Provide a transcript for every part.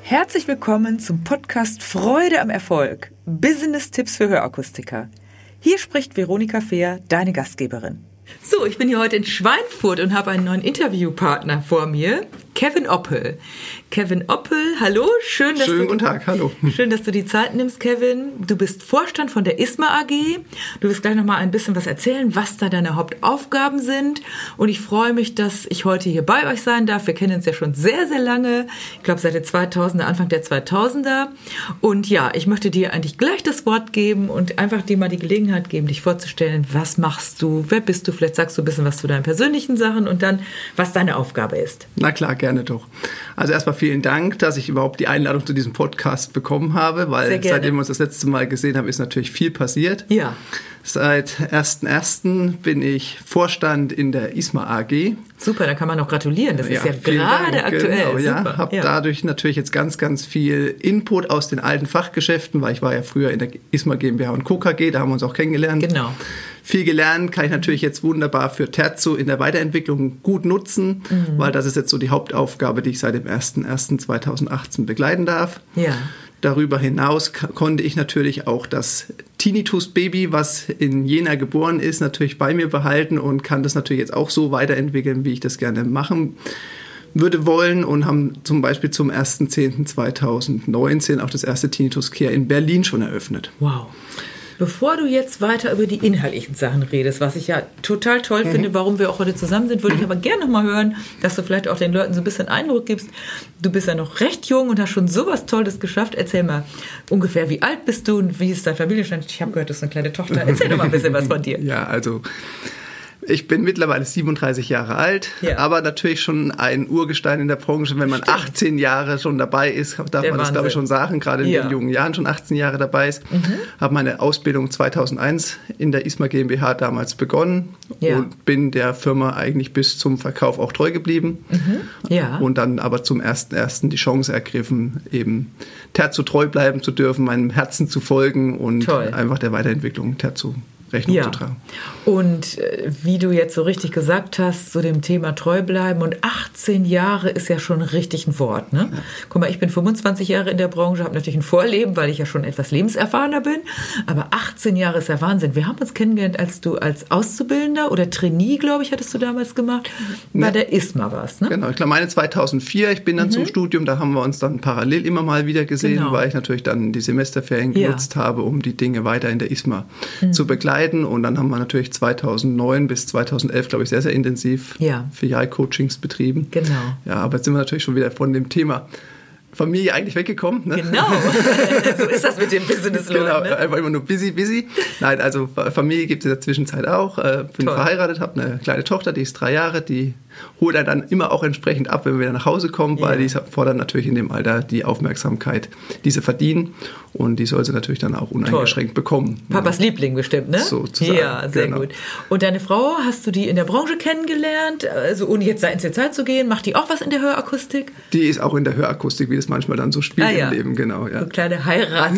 Herzlich willkommen zum Podcast Freude am Erfolg. Business-Tipps für Hörakustiker. Hier spricht Veronika Fehr, deine Gastgeberin. So, ich bin hier heute in Schweinfurt und habe einen neuen Interviewpartner vor mir, Kevin Oppel. Kevin Oppel, hallo, schönen guten Tag, hallo. Schön, dass du die Zeit nimmst, Kevin. Du bist Vorstand von der ISMA AG. Du wirst gleich noch mal ein bisschen was erzählen, was da deine Hauptaufgaben sind. Und ich freue mich, dass ich heute hier bei euch sein darf. Wir kennen uns ja schon sehr, sehr lange. Ich glaube, seit den 2000er, Anfang der 2000er. Und ja, ich möchte dir eigentlich gleich das Wort geben und einfach dir mal die Gelegenheit geben, dich vorzustellen. Was machst du? Wer bist du? Vielleicht sagst du ein bisschen was zu deinen persönlichen Sachen und dann, was deine Aufgabe ist. Na klar, gerne doch. Also erstmal vielen Dank, dass ich überhaupt die Einladung zu diesem Podcast bekommen habe, weil seitdem wir uns das letzte Mal gesehen haben, ist natürlich viel passiert. Ja. Seit 1.1. bin ich Vorstand in der ISMA AG. Super, da kann man noch gratulieren. Das ist ja gerade aktuell. Genau, ja, habe dadurch natürlich jetzt ganz, ganz viel Input aus den alten Fachgeschäften, weil ich war ja früher in der ISMA GmbH und Co. KG, da haben wir uns auch kennengelernt. Genau. Viel gelernt, kann ich natürlich jetzt wunderbar für Terzo in der Weiterentwicklung gut nutzen, weil das ist jetzt so die Hauptaufgabe, die ich seit dem 1.1.2018 begleiten darf. Ja. Darüber hinaus konnte ich natürlich auch das Tinnitus-Baby, was in Jena geboren ist, natürlich bei mir behalten und kann das natürlich jetzt auch so weiterentwickeln, wie ich das gerne machen würde wollen und haben zum Beispiel zum 1.10.2019 auch das erste Tinnitus Care in Berlin schon eröffnet. Wow. Bevor du jetzt weiter über die inhaltlichen Sachen redest, was ich ja total toll finde, warum wir auch heute zusammen sind, würde ich aber gerne noch mal hören, dass du vielleicht auch den Leuten so ein bisschen Eindruck gibst. Du bist ja noch recht jung und hast schon sowas Tolles geschafft. Erzähl mal ungefähr, wie alt bist du und wie ist dein Familienstand? Ich habe gehört, du hast eine kleine Tochter. Erzähl doch mal ein bisschen was von dir. Ja, also ich bin mittlerweile 37 Jahre alt, aber natürlich schon ein Urgestein in der Branche. Wenn man 18 Jahre schon dabei ist, darf man das, glaube ich, schon sagen, gerade in den jungen Jahren schon 18 Jahre dabei ist. Habe meine Ausbildung 2001 in der ISMA GmbH damals begonnen und bin der Firma eigentlich bis zum Verkauf auch treu geblieben. Und dann aber zum 1.1. die Chance ergriffen, eben Terzo treu bleiben zu dürfen, meinem Herzen zu folgen und einfach der Weiterentwicklung Terzo Rechnung zu tragen. Und wie du jetzt so richtig gesagt hast, zu dem Thema treu bleiben und 18 Jahre ist ja schon richtig ein Wort. Ne? Ja. Guck mal, ich bin 25 Jahre in der Branche, habe natürlich ein Vorleben, weil ich ja schon etwas lebenserfahrener bin, aber 18 Jahre ist ja Wahnsinn. Wir haben uns kennengelernt, als du als Auszubildender oder Trainee, glaube ich, hattest du damals gemacht, bei der ISMA warst. Ne? Genau, ich glaube, meine 2004, ich bin dann zum Studium, da haben wir uns dann parallel immer mal wieder gesehen, weil ich natürlich dann die Semesterferien genutzt habe, um die Dinge weiter in der ISMA zu begleiten. Und dann haben wir natürlich 2009 bis 2011, glaube ich, sehr, sehr intensiv Filialcoachings betrieben. Genau. Ja, aber jetzt sind wir natürlich schon wieder von dem Thema Familie eigentlich weggekommen. Ne? Genau, so ist das mit dem Business. Genau, ne? einfach immer nur busy. Nein, also Familie gibt es in der Zwischenzeit auch. Bin verheiratet, habe eine kleine Tochter, die ist 3 Jahre, die holt er dann immer auch entsprechend ab, wenn wir wieder nach Hause kommen, weil die fordern natürlich in dem Alter die Aufmerksamkeit, die sie verdienen und die soll sie natürlich dann auch uneingeschränkt bekommen. Papas Liebling bestimmt, ne? Sozusagen. Ja, sehr gut. Und deine Frau, hast du die in der Branche kennengelernt? Also ohne jetzt ins Detail zu gehen, macht die auch was in der Hörakustik? Die ist auch in der Hörakustik, wie das manchmal dann so spielt im Leben, genau. Ja. So kleine Heirat,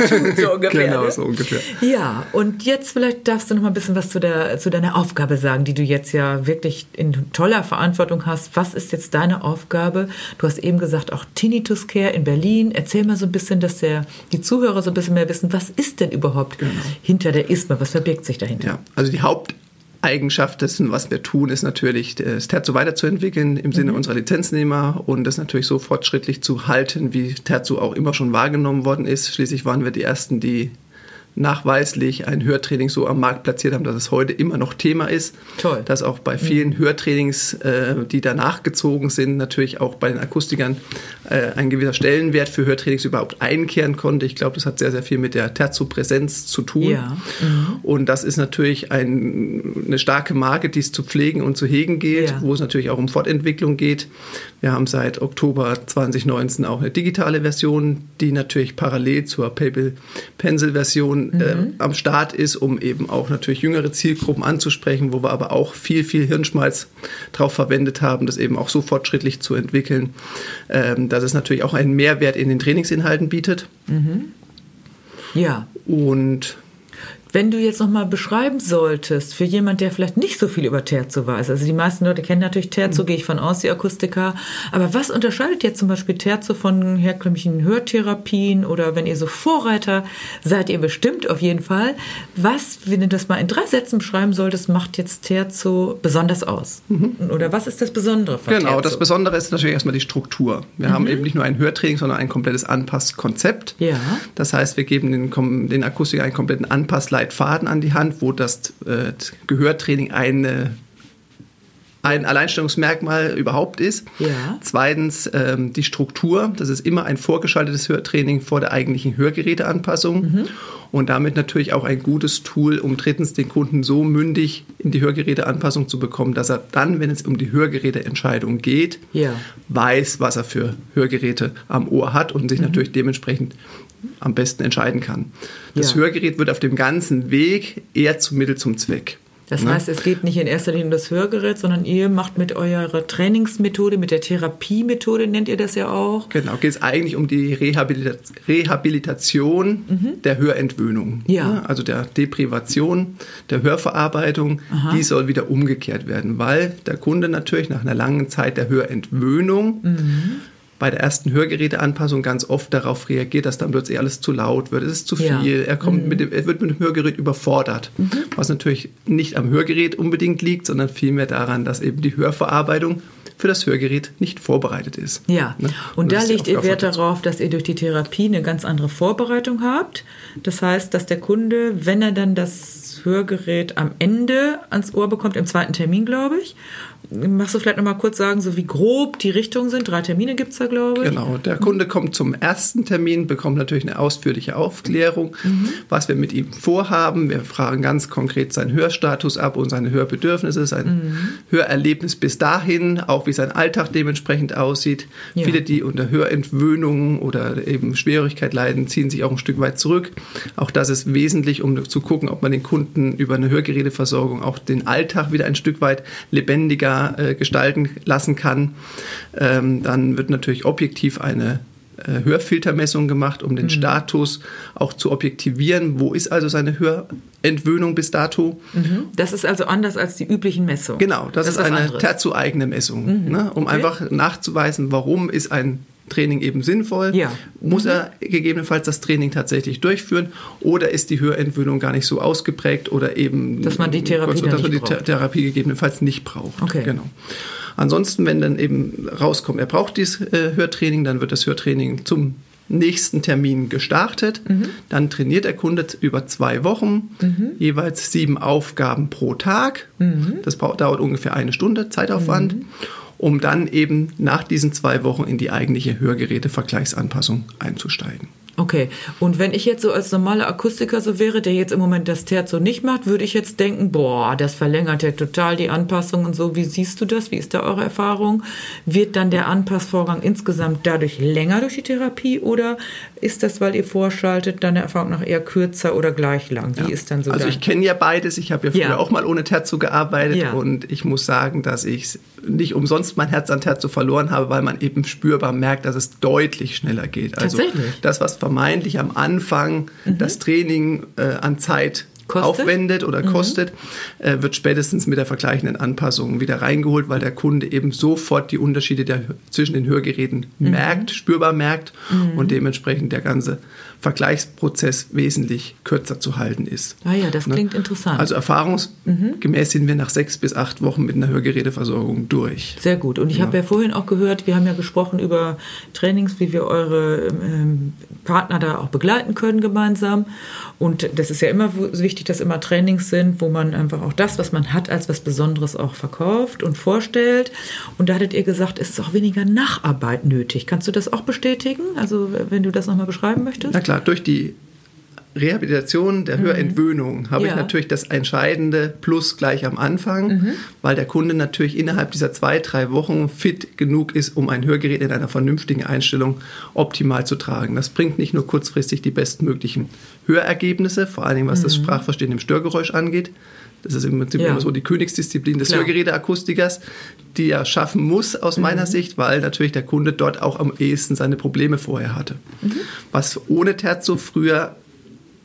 so ungefähr. Genau, ne? so ungefähr. Ja, und jetzt vielleicht darfst du noch mal ein bisschen was zu deiner Aufgabe sagen, die du jetzt ja wirklich in toller Verantwortung hast. Was ist jetzt deine Aufgabe? Du hast eben gesagt, auch Tinnitus Care in Berlin. Erzähl mal so ein bisschen, dass die Zuhörer so ein bisschen mehr wissen, was ist denn überhaupt hinter der ISMA? Was verbirgt sich dahinter? Ja, also die Haupteigenschaft dessen, was wir tun, ist natürlich, das Terzo weiterzuentwickeln im Sinne unserer Lizenznehmer und das natürlich so fortschrittlich zu halten, wie Terzo auch immer schon wahrgenommen worden ist. Schließlich waren wir die Ersten, die nachweislich ein Hörtraining so am Markt platziert haben, dass es heute immer noch Thema ist. Toll. Dass auch bei vielen Hörtrainings, die danach gezogen sind, natürlich auch bei den Akustikern ein gewisser Stellenwert für Hörtrainings überhaupt einkehren konnte. Ich glaube, das hat sehr, sehr viel mit der Terzo-Präsenz zu tun. Ja. Und das ist natürlich eine starke Marke, die es zu pflegen und zu hegen geht, wo es natürlich auch um Fortentwicklung geht. Wir haben seit Oktober 2019 auch eine digitale Version, die natürlich parallel zur Paper-Pencil-Version am Start ist, um eben auch natürlich jüngere Zielgruppen anzusprechen, wo wir aber auch viel, viel Hirnschmalz drauf verwendet haben, das eben auch so fortschrittlich zu entwickeln, dass es natürlich auch einen Mehrwert in den Trainingsinhalten bietet. Ja. Und Wenn du jetzt nochmal beschreiben solltest, für jemand, der vielleicht nicht so viel über Terzo weiß, also die meisten Leute kennen natürlich Terzo, gehe ich von aus, die Akustiker, aber was unterscheidet jetzt zum Beispiel Terzo von herkömmlichen Hörtherapien oder wenn ihr so Vorreiter seid, ihr bestimmt auf jeden Fall, was, wenn du das mal in 3 Sätzen beschreiben solltest, macht jetzt Terzo besonders aus? Oder was ist das Besondere von Terzo? Genau, das Besondere ist natürlich erstmal die Struktur. Wir haben eben nicht nur ein Hörtraining, sondern ein komplettes Anpasskonzept. Ja. Das heißt, wir geben den Akustikern einen kompletten Anpassleitfaden an die Hand, wo das Gehörtraining ein Alleinstellungsmerkmal überhaupt ist. Ja. Zweitens die Struktur. Das ist immer ein vorgeschaltetes Hörtraining vor der eigentlichen Hörgeräteanpassung. Und damit natürlich auch ein gutes Tool, um drittens den Kunden so mündig in die Hörgeräteanpassung zu bekommen, dass er dann, wenn es um die Hörgeräteentscheidung geht, weiß, was er für Hörgeräte am Ohr hat und sich natürlich dementsprechend am besten entscheiden kann. Das Hörgerät wird auf dem ganzen Weg eher zum Mittel zum Zweck. Das heißt, es geht nicht in erster Linie um das Hörgerät, sondern ihr macht mit eurer Trainingsmethode, mit der Therapiemethode, nennt ihr das ja auch. Genau, geht es eigentlich um die Rehabilitation der Hörentwöhnung. Ja. Also der Deprivation, der Hörverarbeitung, die soll wieder umgekehrt werden, weil der Kunde natürlich nach einer langen Zeit der Hörentwöhnung bei der ersten Hörgeräteanpassung ganz oft darauf reagiert, dass dann plötzlich alles zu laut wird, es ist zu viel, er wird mit dem Hörgerät überfordert, was natürlich nicht am Hörgerät unbedingt liegt, sondern vielmehr daran, dass eben die Hörverarbeitung für das Hörgerät nicht vorbereitet ist. Ja, und da legt ihr Wert darauf, dass ihr durch die Therapie eine ganz andere Vorbereitung habt. Das heißt, dass der Kunde, wenn er dann das Hörgerät am Ende ans Ohr bekommt, im 2. Termin, glaube ich, machst du vielleicht noch mal kurz sagen, so wie grob die Richtungen sind? 3 Termine gibt es da, glaube ich. Genau, der Kunde kommt zum ersten Termin, bekommt natürlich eine ausführliche Aufklärung, was wir mit ihm vorhaben. Wir fragen ganz konkret seinen Hörstatus ab und seine Hörbedürfnisse, sein Hörerlebnis bis dahin, auch wie sein Alltag dementsprechend aussieht. Ja. Viele, die unter Hörentwöhnung oder eben Schwierigkeit leiden, ziehen sich auch ein Stück weit zurück. Auch das ist wesentlich, um zu gucken, ob man den Kunden über eine Hörgeräteversorgung auch den Alltag wieder ein Stück weit lebendiger gestalten lassen kann. Dann wird natürlich objektiv eine Hörfiltermessung gemacht, um den Status auch zu objektivieren. Wo ist also seine Hörentwöhnung bis dato? Das ist also anders als die üblichen Messungen. Genau, das ist eine Terzo-eigene Messung, um einfach nachzuweisen, warum ist ein Training eben sinnvoll? Ja. Muss er gegebenenfalls das Training tatsächlich durchführen oder ist die Hörentwöhnung gar nicht so ausgeprägt oder eben, dass man die Therapie, Therapie gegebenenfalls nicht braucht. Okay. Genau. Ansonsten, wenn dann eben rauskommt, er braucht dieses Hörtraining, dann wird das Hörtraining zum nächsten Termin gestartet. Dann trainiert der Kunde über 2 Wochen, jeweils 7 Aufgaben pro Tag. Das dauert ungefähr 1 Stunde Zeitaufwand. Um dann eben nach diesen 2 Wochen in die eigentliche Hörgeräte-Vergleichsanpassung einzusteigen. Okay, und wenn ich jetzt so als normaler Akustiker so wäre, der jetzt im Moment das Terzo nicht macht, würde ich jetzt denken, boah, das verlängert ja total die Anpassung und so. Wie siehst du das? Wie ist da eure Erfahrung? Wird dann der Anpassvorgang insgesamt dadurch länger durch die Therapie oder ist das, weil ihr vorschaltet, deiner Erfahrung nach eher kürzer oder gleich lang? Wie ist dann so? Also ich kenne ja beides. Ich habe ja früher auch mal ohne Terzo gearbeitet und ich muss sagen, dass ich nicht umsonst mein Herz an Terzo verloren habe, weil man eben spürbar merkt, dass es deutlich schneller geht. Also das, was vermeintlich am Anfang das Training an Zeit aufwendet oder kostet, wird spätestens mit der vergleichenden Anpassung wieder reingeholt, weil der Kunde eben sofort die Unterschiede zwischen den Hörgeräten spürbar merkt und dementsprechend der ganze Vergleichsprozess wesentlich kürzer zu halten ist. Ah ja, das klingt interessant. Also erfahrungsgemäß sind wir nach 6 bis 8 Wochen mit einer Hörgeräteversorgung durch. Sehr gut. Und ich habe ja vorhin auch gehört, wir haben ja gesprochen über Trainings, wie wir eure Partner da auch begleiten können gemeinsam. Und das ist ja immer wichtig, dass immer Trainings sind, wo man einfach auch das, was man hat, als was Besonderes auch verkauft und vorstellt. Und da hattet ihr gesagt, es ist auch weniger Nacharbeit nötig. Kannst du das auch bestätigen? Also wenn du das nochmal beschreiben möchtest? Na klar, durch die Rehabilitation der Hörentwöhnung habe ich natürlich das entscheidende Plus gleich am Anfang, weil der Kunde natürlich innerhalb dieser 2-3 Wochen fit genug ist, um ein Hörgerät in einer vernünftigen Einstellung optimal zu tragen. Das bringt nicht nur kurzfristig die bestmöglichen Hörergebnisse, vor allen Dingen was das Sprachverstehen im Störgeräusch angeht. Das ist im Prinzip immer so die Königsdisziplin des Hörgeräteakustikers, die er schaffen muss aus meiner Sicht, weil natürlich der Kunde dort auch am ehesten seine Probleme vorher hatte. Was ohne Terzo früher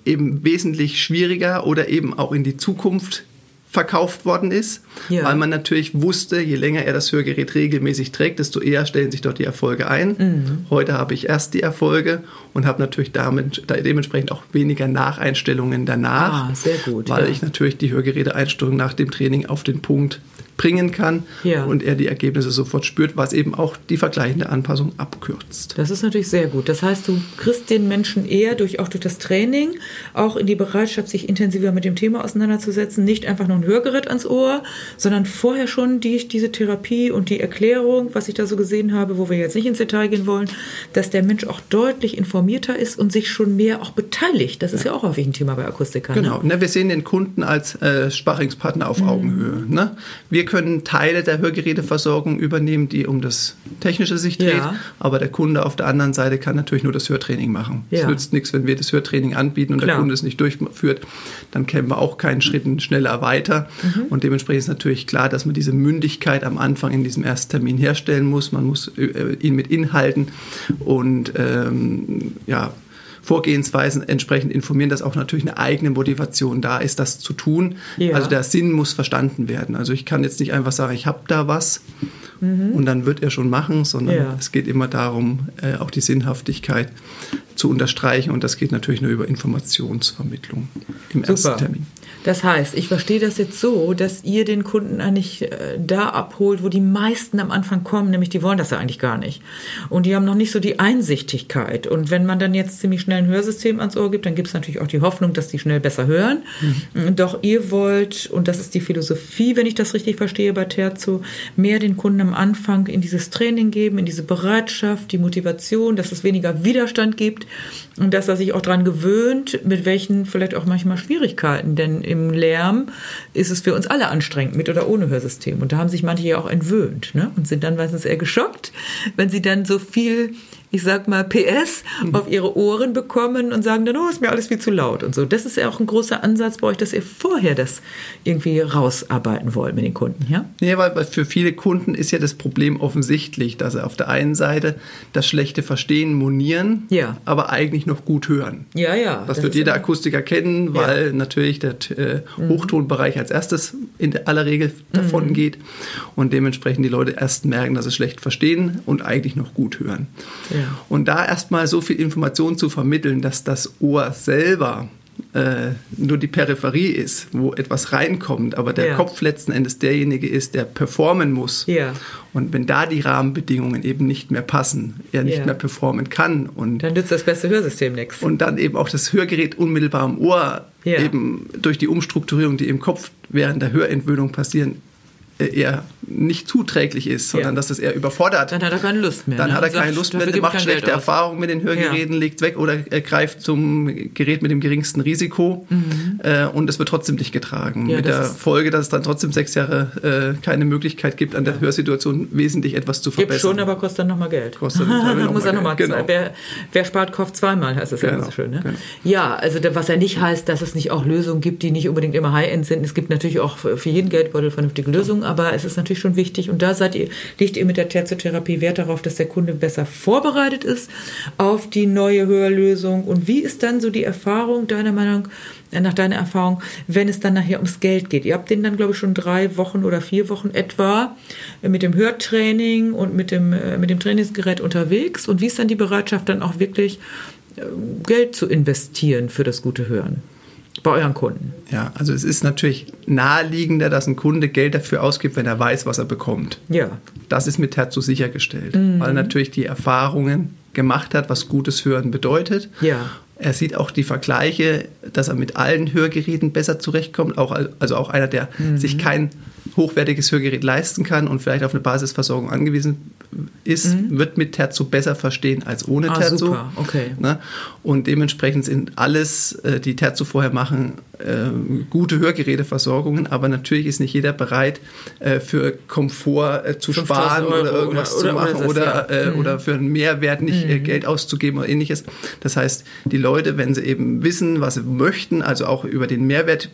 eben wesentlich schwieriger oder eben auch in die Zukunft verkauft worden ist, weil man natürlich wusste, je länger er das Hörgerät regelmäßig trägt, desto eher stellen sich dort die Erfolge ein. Heute habe ich erst die Erfolge und habe natürlich dementsprechend auch weniger Nacheinstellungen danach, sehr gut, weil ich natürlich die Hörgeräteeinstellung nach dem Training auf den Punkt bringen kann und er die Ergebnisse sofort spürt, was eben auch die vergleichende Anpassung abkürzt. Das ist natürlich sehr gut. Das heißt, du kriegst den Menschen eher durch das Training auch in die Bereitschaft, sich intensiver mit dem Thema auseinanderzusetzen, nicht einfach nur ein Hörgerät ans Ohr, sondern vorher schon diese Therapie und die Erklärung, was ich da so gesehen habe, wo wir jetzt nicht ins Detail gehen wollen, dass der Mensch auch deutlich informierter ist und sich schon mehr auch beteiligt. Das ist ja auch häufig ein Thema bei Akustikern. Genau. Ne? Wir sehen den Kunden als Sparringspartner auf Augenhöhe. Ne? Wir können Teile der Hörgeräteversorgung übernehmen, die um das Technische sich dreht, aber der Kunde auf der anderen Seite kann natürlich nur das Hörtraining machen. Es nützt nichts, wenn wir das Hörtraining anbieten und der Kunde es nicht durchführt, dann kämen wir auch keinen Schritt schneller weiter. Und dementsprechend ist natürlich klar, dass man diese Mündigkeit am Anfang in diesem Ersttermin herstellen muss. Man muss ihn mit Inhalten und Vorgehensweisen entsprechend informieren, dass auch natürlich eine eigene Motivation da ist, das zu tun. Also der Sinn muss verstanden werden. Also ich kann jetzt nicht einfach sagen, ich habe da was und dann wird er schon machen, sondern es geht immer darum, auch die Sinnhaftigkeit zu unterstreichen und das geht natürlich nur über Informationsvermittlung im ersten Termin. Das heißt, ich verstehe das jetzt so, dass ihr den Kunden eigentlich da abholt, wo die meisten am Anfang kommen, nämlich die wollen das ja eigentlich gar nicht. Und die haben noch nicht so die Einsichtigkeit. Und wenn man dann jetzt ziemlich schnell ein Hörsystem ans Ohr gibt, dann gibt es natürlich auch die Hoffnung, dass die schnell besser hören. Doch ihr wollt, und das ist die Philosophie, wenn ich das richtig verstehe bei Terzo, mehr den Kunden am Anfang in dieses Training geben, in diese Bereitschaft, die Motivation, dass es weniger Widerstand gibt und dass er sich auch daran gewöhnt, mit welchen vielleicht auch manchmal Schwierigkeiten, denn im Lärm ist es für uns alle anstrengend, mit oder ohne Hörsystem. Und da haben sich manche ja auch entwöhnt, ne? Und sind dann meistens eher geschockt, wenn sie dann so viel, ich sag mal, PS auf ihre Ohren bekommen und sagen dann, oh, ist mir alles viel zu laut und so. Das ist ja auch ein großer Ansatz bei euch, dass ihr vorher das irgendwie rausarbeiten wollt mit den Kunden, ja? Ja, weil für viele Kunden ist ja das Problem offensichtlich, dass sie auf der einen Seite das schlechte Verstehen monieren, aber eigentlich noch gut hören. Das wird jeder Akustiker kennen, weil natürlich der Hochtonbereich als erstes in aller Regel davon geht und dementsprechend die Leute erst merken, dass sie schlecht verstehen und eigentlich noch gut hören. Und da erstmal so viel Information zu vermitteln, dass das Ohr selber nur die Peripherie ist, wo etwas reinkommt, aber der Kopf letzten Endes derjenige ist, der performen muss. Und wenn da die Rahmenbedingungen eben nicht mehr passen, er nicht mehr performen kann. Und dann nützt das beste Hörsystem nichts. Und dann eben auch das Hörgerät unmittelbar am Ohr eben durch die Umstrukturierung, die im Kopf während der Hörentwöhnung passieren, eher nicht zuträglich ist, sondern dass das eher überfordert. Dann hat er keine Lust mehr. Dann hat er keine Lust mehr, macht schlechte Erfahrungen mit den Hörgeräten, legt weg oder greift zum Gerät mit dem geringsten Risiko und es wird trotzdem nicht getragen. Mit der Folge, dass es dann trotzdem 6 Jahre keine Möglichkeit gibt, an der Hörsituation wesentlich etwas zu verbessern. Gibt schon, aber kostet dann nochmal Geld. Kostet dann muss er nochmal genau. Wer spart, kauft zweimal, heißt das ja so schön. Ne? Genau. Ja, also was ja nicht heißt, dass es nicht auch Lösungen gibt, die nicht unbedingt immer High-End sind. Es gibt natürlich auch für jeden Geldbeutel vernünftige Lösungen, aber es ist natürlich schon wichtig und da legt ihr mit der Terzo-Therapie Wert darauf, dass der Kunde besser vorbereitet ist auf die neue Hörlösung. Und wie ist dann so die Erfahrung, nach deiner Erfahrung, wenn es dann nachher ums Geld geht? Ihr habt den dann, glaube ich, schon 3 Wochen oder 4 Wochen etwa mit dem Hörtraining und mit dem Trainingsgerät unterwegs. Und wie ist dann die Bereitschaft, dann auch wirklich Geld zu investieren für das gute Hören bei euren Kunden? Ja, also es ist natürlich naheliegender, dass ein Kunde Geld dafür ausgibt, wenn er weiß, was er bekommt. Ja. Das ist mit Terzo sichergestellt, weil er natürlich die Erfahrungen gemacht hat, was gutes Hören bedeutet. Ja. Er sieht auch die Vergleiche, dass er mit allen Hörgeräten besser zurechtkommt, also auch einer, der sich kein hochwertiges Hörgerät leisten kann und vielleicht auf eine Basisversorgung angewiesen ist, wird mit Terzo besser verstehen als ohne Terzo. Super. Okay. Ne? Und dementsprechend sind alles, die Terzo vorher machen, gute Hörgeräteversorgungen, aber natürlich ist nicht jeder bereit, für Komfort zu sparen oder irgendwas zu machen oder für einen Mehrwert nicht Geld auszugeben oder ähnliches. Das heißt, die Leute, wenn sie eben wissen, was sie möchten, also auch über den Mehrwert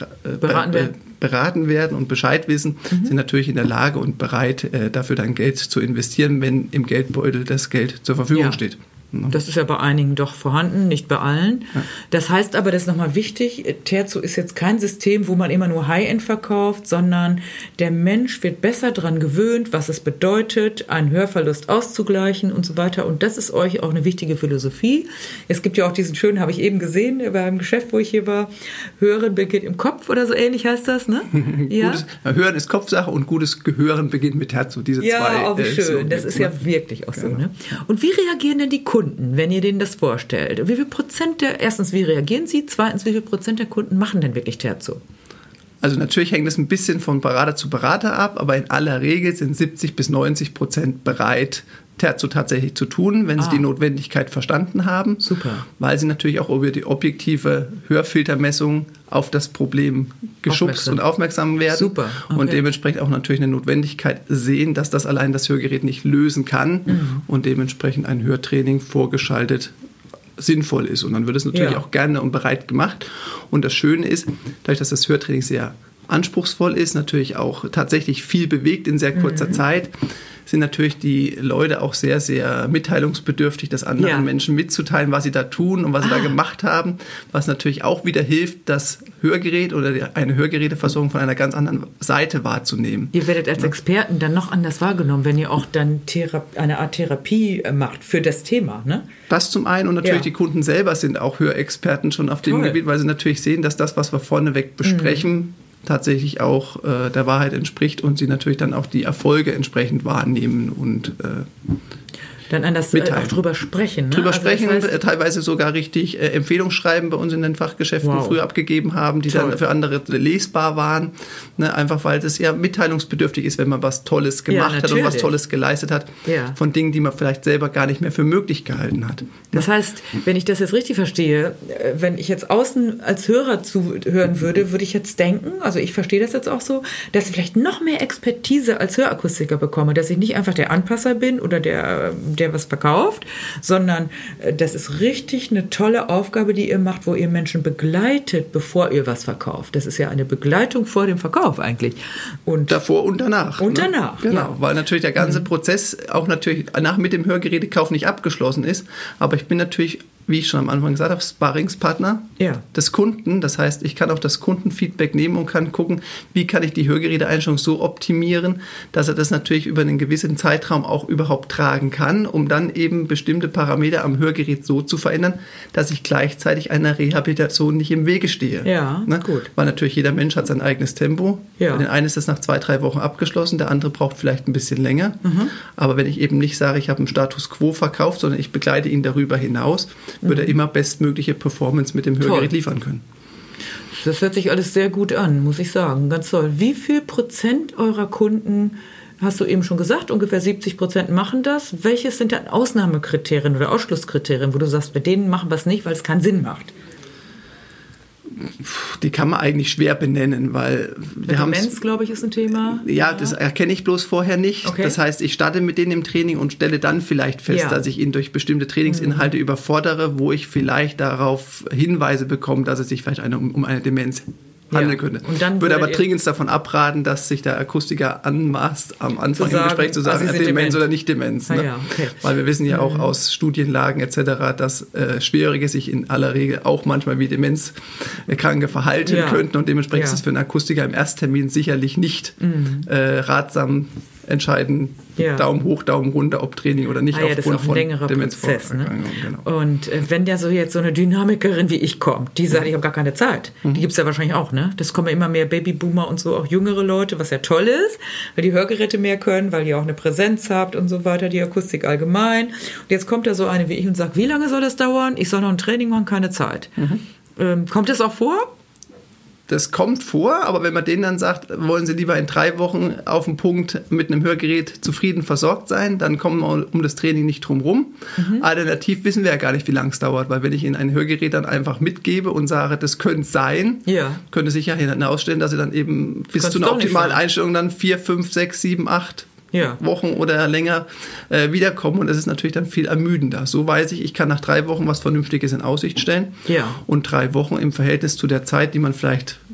beraten werden und Bescheid wissen, sind natürlich in der Lage und bereit, dafür dann Geld zu investieren, wenn im Geldbeutel das Geld zur Verfügung steht. Das ist ja bei einigen doch vorhanden, nicht bei allen. Ja. Das heißt aber, das ist nochmal wichtig, Terzo ist jetzt kein System, wo man immer nur High-End verkauft, sondern der Mensch wird besser daran gewöhnt, was es bedeutet, einen Hörverlust auszugleichen und so weiter. Und das ist euch auch eine wichtige Philosophie. Es gibt ja auch diesen schönen, habe ich eben gesehen, beim Geschäft, wo ich hier war, Hören beginnt im Kopf oder so ähnlich heißt das, ne? Ja? Hören ist Kopfsache und gutes Gehören beginnt mit Terzo. Diese zwei. Ja, auch wie schön. Das ist ja wirklich auch so. Ne? Und wie reagieren denn die Kunden, wenn ihr denen das vorstellt? Wie viel Prozent erstens, wie reagieren sie? Zweitens, wie viel Prozent der Kunden machen denn wirklich Terzo? Also natürlich hängt es ein bisschen von Berater zu Berater ab, aber in aller Regel sind 70-90% bereit, Terzo tatsächlich zu tun, wenn sie die Notwendigkeit verstanden haben. Super. Weil sie natürlich auch über die objektive Hörfiltermessung auf das Problem geschubst und aufmerksam werden. Super. Okay. Und dementsprechend auch natürlich eine Notwendigkeit sehen, dass das allein das Hörgerät nicht lösen kann und dementsprechend ein Hörtraining vorgeschaltet sinnvoll ist. Und dann wird es natürlich auch gerne und bereit gemacht. Und das Schöne ist, dadurch, dass das Hörtraining sehr anspruchsvoll ist, natürlich auch tatsächlich viel bewegt in sehr kurzer Zeit, sind natürlich die Leute auch sehr, sehr mitteilungsbedürftig, das anderen Menschen mitzuteilen, was sie da tun und was sie da gemacht haben, was natürlich auch wieder hilft, das Hörgerät oder eine Hörgeräteversorgung von einer ganz anderen Seite wahrzunehmen. Ihr werdet als Experten dann noch anders wahrgenommen, wenn ihr auch dann eine Art Therapie macht für das Thema, ne? Das zum einen und natürlich die Kunden selber sind auch Hörexperten schon auf dem Gebiet, weil sie natürlich sehen, dass das, was wir vorneweg besprechen, tatsächlich auch der Wahrheit entspricht und sie natürlich dann auch die Erfolge entsprechend wahrnehmen und dann anders auch drüber sprechen. Ne? Drüber sprechen, das heißt, teilweise sogar richtig Empfehlungsschreiben bei uns in den Fachgeschäften früher abgegeben haben, die dann für andere lesbar waren. Ne? Einfach weil es ja mitteilungsbedürftig ist, wenn man was Tolles gemacht hat und was Tolles geleistet hat, von Dingen, die man vielleicht selber gar nicht mehr für möglich gehalten hat. Das heißt, wenn ich das jetzt richtig verstehe, wenn ich jetzt außen als Hörer zuhören würde, würde ich jetzt denken, also ich verstehe das jetzt auch so, dass ich vielleicht noch mehr Expertise als Hörakustiker bekomme, dass ich nicht einfach der Anpasser bin oder der was verkauft, sondern das ist richtig eine tolle Aufgabe, die ihr macht, wo ihr Menschen begleitet, bevor ihr was verkauft. Das ist ja eine Begleitung vor dem Verkauf eigentlich. Und davor und danach. Und danach. Genau, weil natürlich der ganze Prozess auch natürlich mit dem Hörgerätekauf nicht abgeschlossen ist, aber ich bin natürlich, wie ich schon am Anfang gesagt habe, Sparringspartner des Kunden. Das heißt, ich kann auch das Kundenfeedback nehmen und kann gucken, wie kann ich die Hörgeräteeinstellung so optimieren, dass er das natürlich über einen gewissen Zeitraum auch überhaupt tragen kann, um dann eben bestimmte Parameter am Hörgerät so zu verändern, dass ich gleichzeitig einer Rehabilitation nicht im Wege stehe. Ja, gut. Weil natürlich jeder Mensch hat sein eigenes Tempo. Ja. Bei den einen ist das nach 2-3 Wochen abgeschlossen, der andere braucht vielleicht ein bisschen länger. Aber wenn ich eben nicht sage, ich habe einen Status Quo verkauft, sondern ich begleite ihn darüber hinaus, würde er immer bestmögliche Performance mit dem Hörgerät liefern können. Das hört sich alles sehr gut an, muss ich sagen. Ganz toll. Wie viel Prozent eurer Kunden, hast du eben schon gesagt, ungefähr 70% machen das? Welches sind dann Ausnahmekriterien oder Ausschlusskriterien, wo du sagst, bei denen machen wir es nicht, weil es keinen Sinn macht? Die kann man eigentlich schwer benennen, weil Demenz, glaube ich, ist ein Thema. Ja, das erkenne ich bloß vorher nicht. Okay. Das heißt, ich starte mit denen im Training und stelle dann vielleicht fest, dass ich ihn durch bestimmte Trainingsinhalte überfordere, wo ich vielleicht darauf Hinweise bekomme, dass es sich vielleicht um eine Demenz handeln könnte. Und dann würde aber dringend davon abraten, dass sich der Akustiker anmaßt, am Anfang im Gespräch zu sagen, Demenz oder nicht Demenz. Ne? Weil wir wissen ja auch aus Studienlagen etc., dass Schwerhörige sich in aller Regel auch manchmal wie Demenzkranke verhalten könnten und dementsprechend ist es für einen Akustiker im Ersttermin sicherlich nicht ratsam entscheiden, Daumen hoch, Daumen runter, ob Training oder nicht, aufgrund das ist auch ein längerer Prozess. Ne? Genau. Und wenn da so jetzt so eine Dynamikerin wie ich kommt, die sagt, ich habe gar keine Zeit, die gibt es ja wahrscheinlich auch, ne? Das kommen ja immer mehr Babyboomer und so, auch jüngere Leute, was ja toll ist, weil die Hörgeräte mehr können, weil ihr auch eine Präsenz habt und so weiter, die Akustik allgemein. Und jetzt kommt da so eine wie ich und sagt, wie lange soll das dauern? Ich soll noch ein Training machen, keine Zeit. Kommt das auch vor? Das kommt vor, aber wenn man denen dann sagt, wollen sie lieber in 3 Wochen auf den Punkt mit einem Hörgerät zufrieden versorgt sein, dann kommen wir um das Training nicht drum rum. Alternativ wissen wir ja gar nicht, wie lange es dauert, weil wenn ich ihnen ein Hörgerät dann einfach mitgebe und sage, das könnte sein, könnte sich ja hinausstellen, dass sie dann eben bis zu einer optimalen Einstellung dann 4, 5, 6, 7, 8 Wochen oder länger wiederkommen und es ist natürlich dann viel ermüdender. So weiß ich kann nach 3 Wochen was Vernünftiges in Aussicht stellen und 3 Wochen im Verhältnis zu der Zeit, die man vielleicht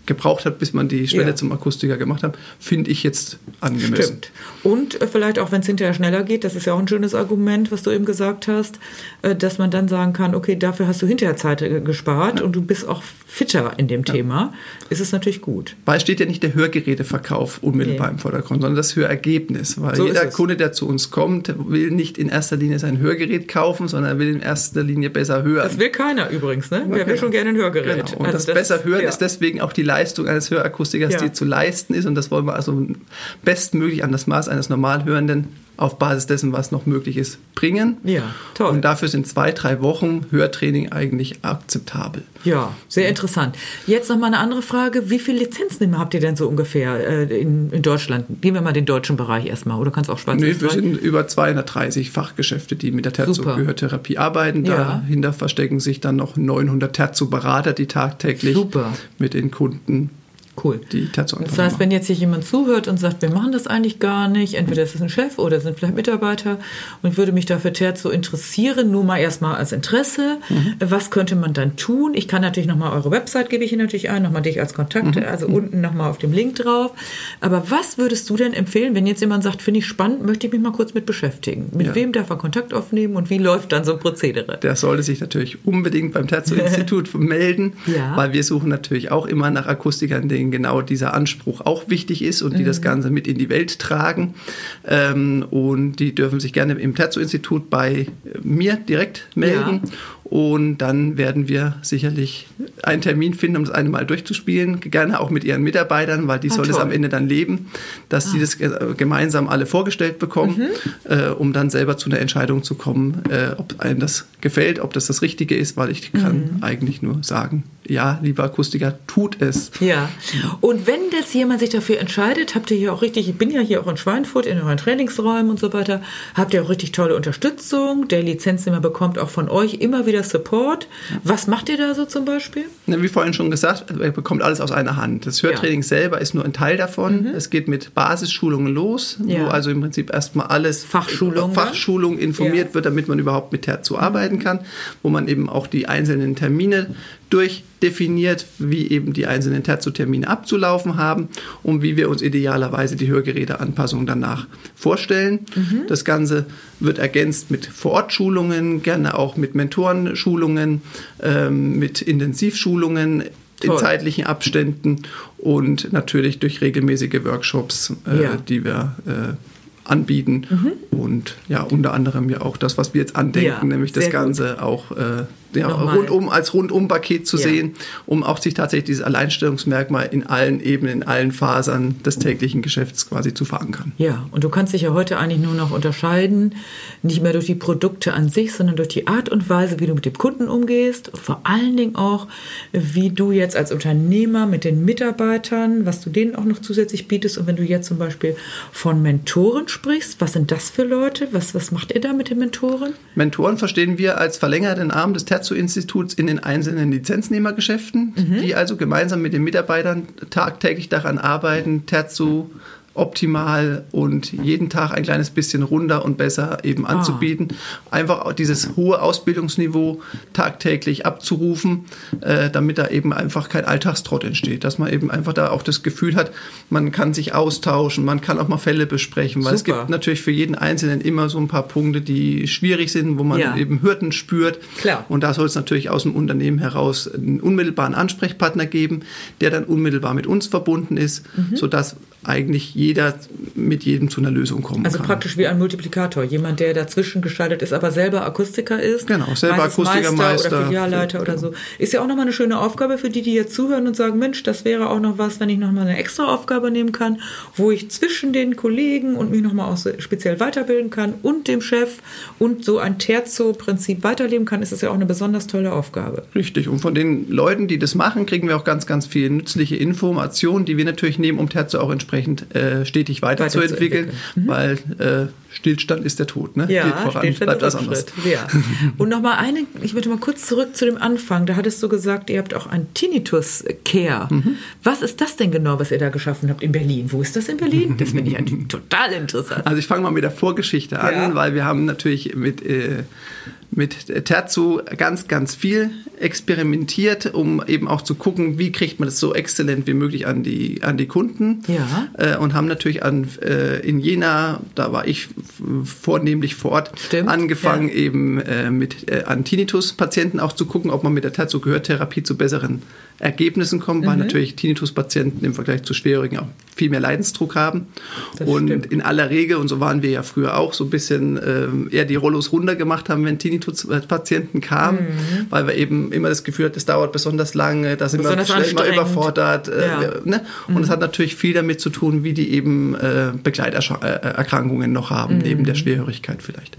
gebraucht hat, bis man die Schwelle zum Akustiker gemacht hat, finde ich jetzt angemessen. Stimmt. Und vielleicht auch, wenn es hinterher schneller geht, das ist ja auch ein schönes Argument, was du eben gesagt hast, dass man dann sagen kann, okay, dafür hast du hinterher Zeit gespart und du bist auch fitter in dem Thema, ist es natürlich gut. Weil steht ja nicht der Hörgeräteverkauf unmittelbar im Vordergrund, sondern das Hörergebnis. Weil so jeder Kunde, der zu uns kommt, will nicht in erster Linie sein Hörgerät kaufen, sondern er will in erster Linie besser hören. Das will keiner übrigens, ne? Wer will schon gerne ein Hörgerät? Genau. Und also das besser hören ist deswegen auch die Leistung eines Hörakustikers, die zu leisten ist. Und das wollen wir also bestmöglich an das Maß eines Normalhörenden auf Basis dessen, was noch möglich ist, bringen. Ja, toll. Und dafür sind 2-3 Wochen Hörtraining eigentlich akzeptabel. Ja, sehr interessant. Jetzt noch mal eine andere Frage. Wie viele Lizenznehmer habt ihr denn so ungefähr in Deutschland? Gehen wir mal den deutschen Bereich erstmal. Oder kannst du auch Schweiz? Nee, wir sind über 230 Fachgeschäfte, die mit der Terzo-Gehörtherapie arbeiten. Dahinter verstecken sich dann noch 900 Terzo-Berater, die tagtäglich mit den Kunden die Terzo Das heißt, wenn jetzt hier jemand zuhört und sagt, wir machen das eigentlich gar nicht, entweder ist es ein Chef oder sind vielleicht Mitarbeiter und würde mich dafür Terzo interessieren, nur mal erstmal als Interesse, was könnte man dann tun? Ich kann natürlich nochmal eure Website, gebe ich hier natürlich ein, nochmal dich als Kontakt, also unten nochmal auf dem Link drauf. Aber was würdest du denn empfehlen, wenn jetzt jemand sagt, finde ich spannend, möchte ich mich mal kurz mit beschäftigen? Mit wem darf er Kontakt aufnehmen und wie läuft dann so ein Prozedere? Der sollte sich natürlich unbedingt beim Terzo-Institut melden, weil wir suchen natürlich auch immer nach Akustikern, denen genau dieser Anspruch auch wichtig ist und die das Ganze mit in die Welt tragen. Und die dürfen sich gerne im Terzo-Institut bei mir direkt melden. Und dann werden wir sicherlich einen Termin finden, um das eine Mal durchzuspielen. Gerne auch mit ihren Mitarbeitern, weil die sollen es am Ende dann leben, dass sie das gemeinsam alle vorgestellt bekommen, um dann selber zu einer Entscheidung zu kommen, ob einem das gefällt, ob das Richtige ist, weil ich kann eigentlich nur sagen, ja, lieber Akustiker, tut es. Ja, und wenn jetzt jemand sich dafür entscheidet, habt ihr hier auch richtig, ich bin ja hier auch in Schweinfurt, in euren Trainingsräumen und so weiter, habt ihr auch richtig tolle Unterstützung. Der Lizenznehmer bekommt auch von euch immer wieder Support. Was macht ihr da so zum Beispiel? Wie vorhin schon gesagt, er bekommt alles aus einer Hand. Das Hörtraining selber ist nur ein Teil davon. Es geht mit Basisschulungen los, wo also im Prinzip erstmal alles Fachschulung informiert wird, damit man überhaupt mit Terzo arbeiten kann, wo man eben auch die einzelnen Termine durchdefiniert, wie eben die einzelnen Terzo-Termine abzulaufen haben und wie wir uns idealerweise die Hörgeräteanpassung danach vorstellen. Das Ganze wird ergänzt mit Vorortschulungen, gerne auch mit Mentorenschulungen, mit Intensivschulungen in zeitlichen Abständen und natürlich durch regelmäßige Workshops, die wir anbieten und unter anderem ja auch das, was wir jetzt andenken, nämlich das Ganze auch als Rundum-Paket zu sehen, um auch sich tatsächlich dieses Alleinstellungsmerkmal in allen Ebenen, in allen Fasern des täglichen Geschäfts quasi zu verankern. Ja, und du kannst dich ja heute eigentlich nur noch unterscheiden, nicht mehr durch die Produkte an sich, sondern durch die Art und Weise, wie du mit dem Kunden umgehst, vor allen Dingen auch, wie du jetzt als Unternehmer mit den Mitarbeitern, was du denen auch noch zusätzlich bietest. Und wenn du jetzt zum Beispiel von Mentoren sprichst, was sind das für Leute? Was macht ihr da mit den Mentoren? Mentoren verstehen wir als verlängerten Arm des Terzo-Instituts in den einzelnen Lizenznehmergeschäften, die also gemeinsam mit den Mitarbeitern tagtäglich daran arbeiten, Terzo optimal und jeden Tag ein kleines bisschen runder und besser eben anzubieten. Einfach auch dieses hohe Ausbildungsniveau tagtäglich abzurufen, damit da eben einfach kein Alltagstrott entsteht. Dass man eben einfach da auch das Gefühl hat, man kann sich austauschen, man kann auch mal Fälle besprechen, weil es gibt natürlich für jeden Einzelnen immer so ein paar Punkte, die schwierig sind, wo man eben Hürden spürt. Klar. Und da soll es natürlich aus dem Unternehmen heraus einen unmittelbaren Ansprechpartner geben, der dann unmittelbar mit uns verbunden ist, sodass eigentlich jeder mit jedem zu einer Lösung kommen kann. Also praktisch wie ein Multiplikator. Jemand, der dazwischen geschaltet ist, aber selber Akustiker ist. Genau, selber Akustikermeister. Oder Filialleiter oder so. Ist ja auch nochmal eine schöne Aufgabe für die jetzt zuhören und sagen, Mensch, das wäre auch noch was, wenn ich nochmal eine extra Aufgabe nehmen kann, wo ich zwischen den Kollegen und mich nochmal auch so speziell weiterbilden kann und dem Chef und so ein Terzo-Prinzip weiterleben kann, ist es ja auch eine besonders tolle Aufgabe. Richtig. Und von den Leuten, die das machen, kriegen wir auch ganz, ganz viel nützliche Informationen, die wir natürlich nehmen, um Terzo auch entsprechend stetig weiterzuentwickeln, weil Stillstand ist der Tod, ne? Ja, geht voran, Stillstand bleibt was anderes. Ja. Und nochmal ich möchte mal kurz zurück zu dem Anfang. Da hattest du gesagt, ihr habt auch ein Tinnitus-Care. Was ist das denn genau, was ihr da geschaffen habt in Berlin? Wo ist das in Berlin? Das finde ich total interessant. Also ich fange mal mit der Vorgeschichte an, weil wir haben natürlich mit mit Terzo ganz, ganz viel experimentiert, um eben auch zu gucken, wie kriegt man das so exzellent wie möglich an die Kunden. Ja. Und haben natürlich in Jena, da war ich vornehmlich vor Ort, angefangen eben an Tinnitus-Patienten auch zu gucken, ob man mit der Terzo-Gehörtherapie zu besseren Ergebnissen kommt, weil natürlich Tinnitus-Patienten im Vergleich zu Schwerhörigen auch viel mehr Leidensdruck haben. Und in aller Regel, und so waren wir ja früher auch, so ein bisschen eher die Rollos runter gemacht haben, wenn Tinnitus-Patienten kamen, weil wir eben immer das Gefühl hatten, das dauert besonders lange, da sind wir schnell mal überfordert. Und es hat natürlich viel damit zu tun, wie die eben Begleiterkrankungen noch haben, neben der Schwerhörigkeit vielleicht.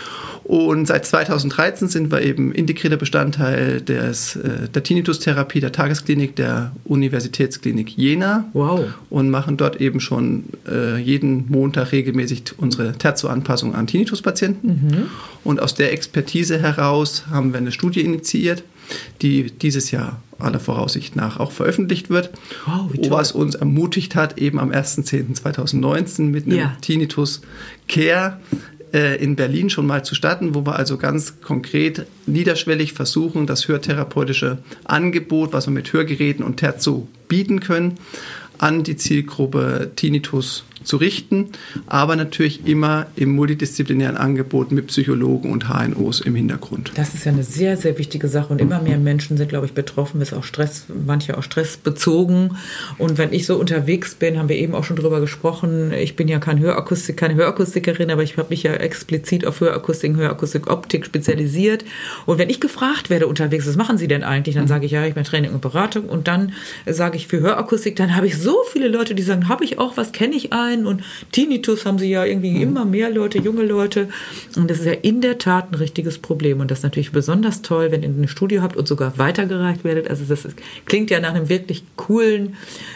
Und seit 2013 sind wir eben integrierter Bestandteil der Tinnitus-Therapie der Tagesklinik der Universitätsklinik Jena. Wow. Und machen dort eben schon jeden Montag regelmäßig unsere Terzo-Anpassung an Tinnitus-Patienten. Und aus der Expertise heraus haben wir eine Studie initiiert, die dieses Jahr aller Voraussicht nach auch veröffentlicht wird. Wow, wie toll. Was uns ermutigt hat, eben am 1.10.2019 mit einem Tinnitus-Care in Berlin schon mal zu starten, wo wir also ganz konkret niederschwellig versuchen, das hörtherapeutische Angebot, was wir mit Hörgeräten und Terzo bieten können, an die Zielgruppe Tinnitus zu richten, aber natürlich immer im multidisziplinären Angebot mit Psychologen und HNOs im Hintergrund. Das ist ja eine sehr, sehr wichtige Sache und immer mehr Menschen sind, glaube ich, betroffen, ist auch manche auch stressbezogen und wenn ich so unterwegs bin, haben wir eben auch schon drüber gesprochen, ich bin ja keine Hörakustikerin, aber ich habe mich ja explizit auf Hörakustik-Optik spezialisiert und wenn ich gefragt werde unterwegs, was machen Sie denn eigentlich, dann sage ich, ja, ich bin Training und Beratung und dann sage ich für Hörakustik, dann habe ich so viele Leute, die sagen, habe ich auch, was kenne ich ein und Tinnitus haben sie ja irgendwie immer mehr Leute, junge Leute und das ist ja in der Tat ein richtiges Problem und das ist natürlich besonders toll, wenn ihr eine Studie habt und sogar weitergereicht werdet, also klingt ja nach einem wirklich coolen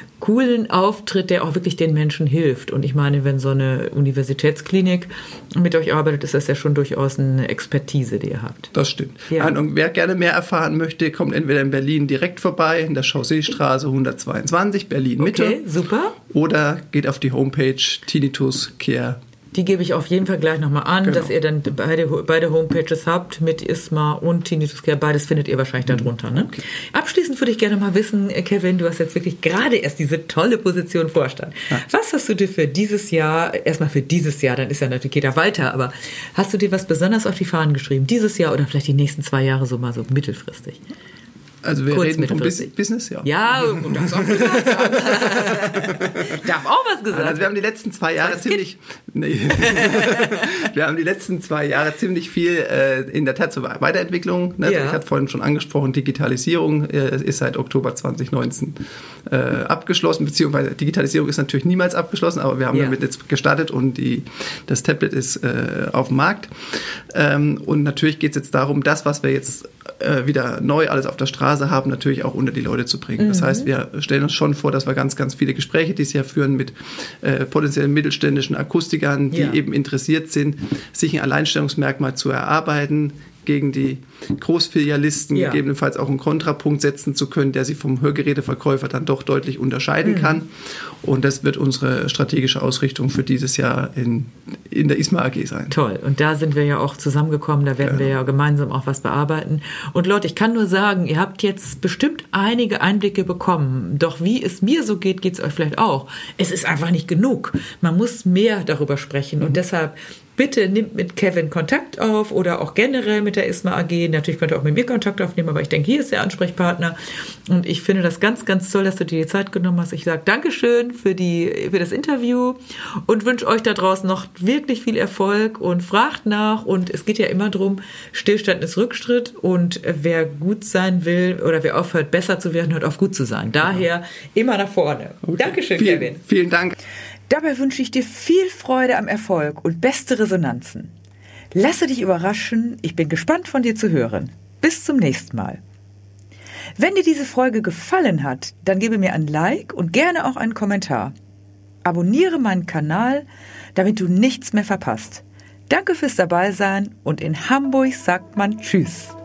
Auftritt, der auch wirklich den Menschen hilft. Und ich meine, wenn so eine Universitätsklinik mit euch arbeitet, ist das ja schon durchaus eine Expertise, die ihr habt. Das stimmt. Ja. Und wer gerne mehr erfahren möchte, kommt entweder in Berlin direkt vorbei, in der Chausseestraße 122, Berlin-Mitte. Okay, super. Oder geht auf die Homepage Tinnitus Care. Die gebe ich auf jeden Fall gleich nochmal an, dass ihr dann beide Homepages habt, mit ISMA und Tinnitus Care. Beides findet ihr wahrscheinlich darunter. Ne? Okay. Abschließend würde ich gerne mal wissen, Kevin, du hast jetzt wirklich gerade erst diese tolle Position vorstand. Ja. Was hast du dir für dieses Jahr, erstmal für dieses Jahr, dann ist ja natürlich, geht ja weiter, aber hast du dir was besonders auf die Fahnen geschrieben? Dieses Jahr oder vielleicht die nächsten 2 Jahre so mal so mittelfristig? Also wir reden vom Business, ja. Ja, und das auch gesagt. Darf auch was gesagt. Also wir haben die letzten 2 Jahre ziemlich viel in der Terzo-Weiterentwicklung. Ne? Ja. Ich hatte vorhin schon angesprochen, Digitalisierung ist seit Oktober 2019 abgeschlossen, beziehungsweise Digitalisierung ist natürlich niemals abgeschlossen, aber wir haben damit jetzt gestartet und das Tablet ist auf dem Markt. Und natürlich geht es jetzt darum, das, was wir jetzt wieder neu alles auf der Straße haben, natürlich auch unter die Leute zu bringen. Das heißt, wir stellen uns schon vor, dass wir ganz, ganz viele Gespräche dieses Jahr führen mit potenziellen mittelständischen Akustikern, die eben interessiert sind, sich ein Alleinstellungsmerkmal zu erarbeiten, gegen die Großfilialisten gegebenenfalls auch einen Kontrapunkt setzen zu können, der sie vom Hörgeräteverkäufer dann doch deutlich unterscheiden kann. Und das wird unsere strategische Ausrichtung für dieses Jahr in der ISMA AG sein. Toll. Und da sind wir ja auch zusammengekommen, da werden wir ja gemeinsam auch was bearbeiten. Und Leute, ich kann nur sagen, ihr habt jetzt bestimmt einige Einblicke bekommen. Doch wie es mir so geht, geht es euch vielleicht auch. Es ist einfach nicht genug. Man muss mehr darüber sprechen. Und deshalb bitte nimmt mit Kevin Kontakt auf oder auch generell mit der ISMA AG. Natürlich könnt ihr auch mit mir Kontakt aufnehmen, aber ich denke, hier ist der Ansprechpartner. Und ich finde das ganz, ganz toll, dass du dir die Zeit genommen hast. Ich sage Dankeschön für das Interview und wünsche euch da draußen noch wirklich viel Erfolg und fragt nach. Und es geht ja immer darum, Stillstand ist Rückschritt und wer gut sein will oder wer aufhört, besser zu werden, hört auf, gut zu sein. Daher immer nach vorne. Okay. Dankeschön, Kevin. Vielen Dank. Dabei wünsche ich dir viel Freude am Erfolg und beste Resonanzen. Lasse dich überraschen, ich bin gespannt von dir zu hören. Bis zum nächsten Mal. Wenn dir diese Folge gefallen hat, dann gebe mir ein Like und gerne auch einen Kommentar. Abonniere meinen Kanal, damit du nichts mehr verpasst. Danke fürs Dabeisein und in Hamburg sagt man Tschüss.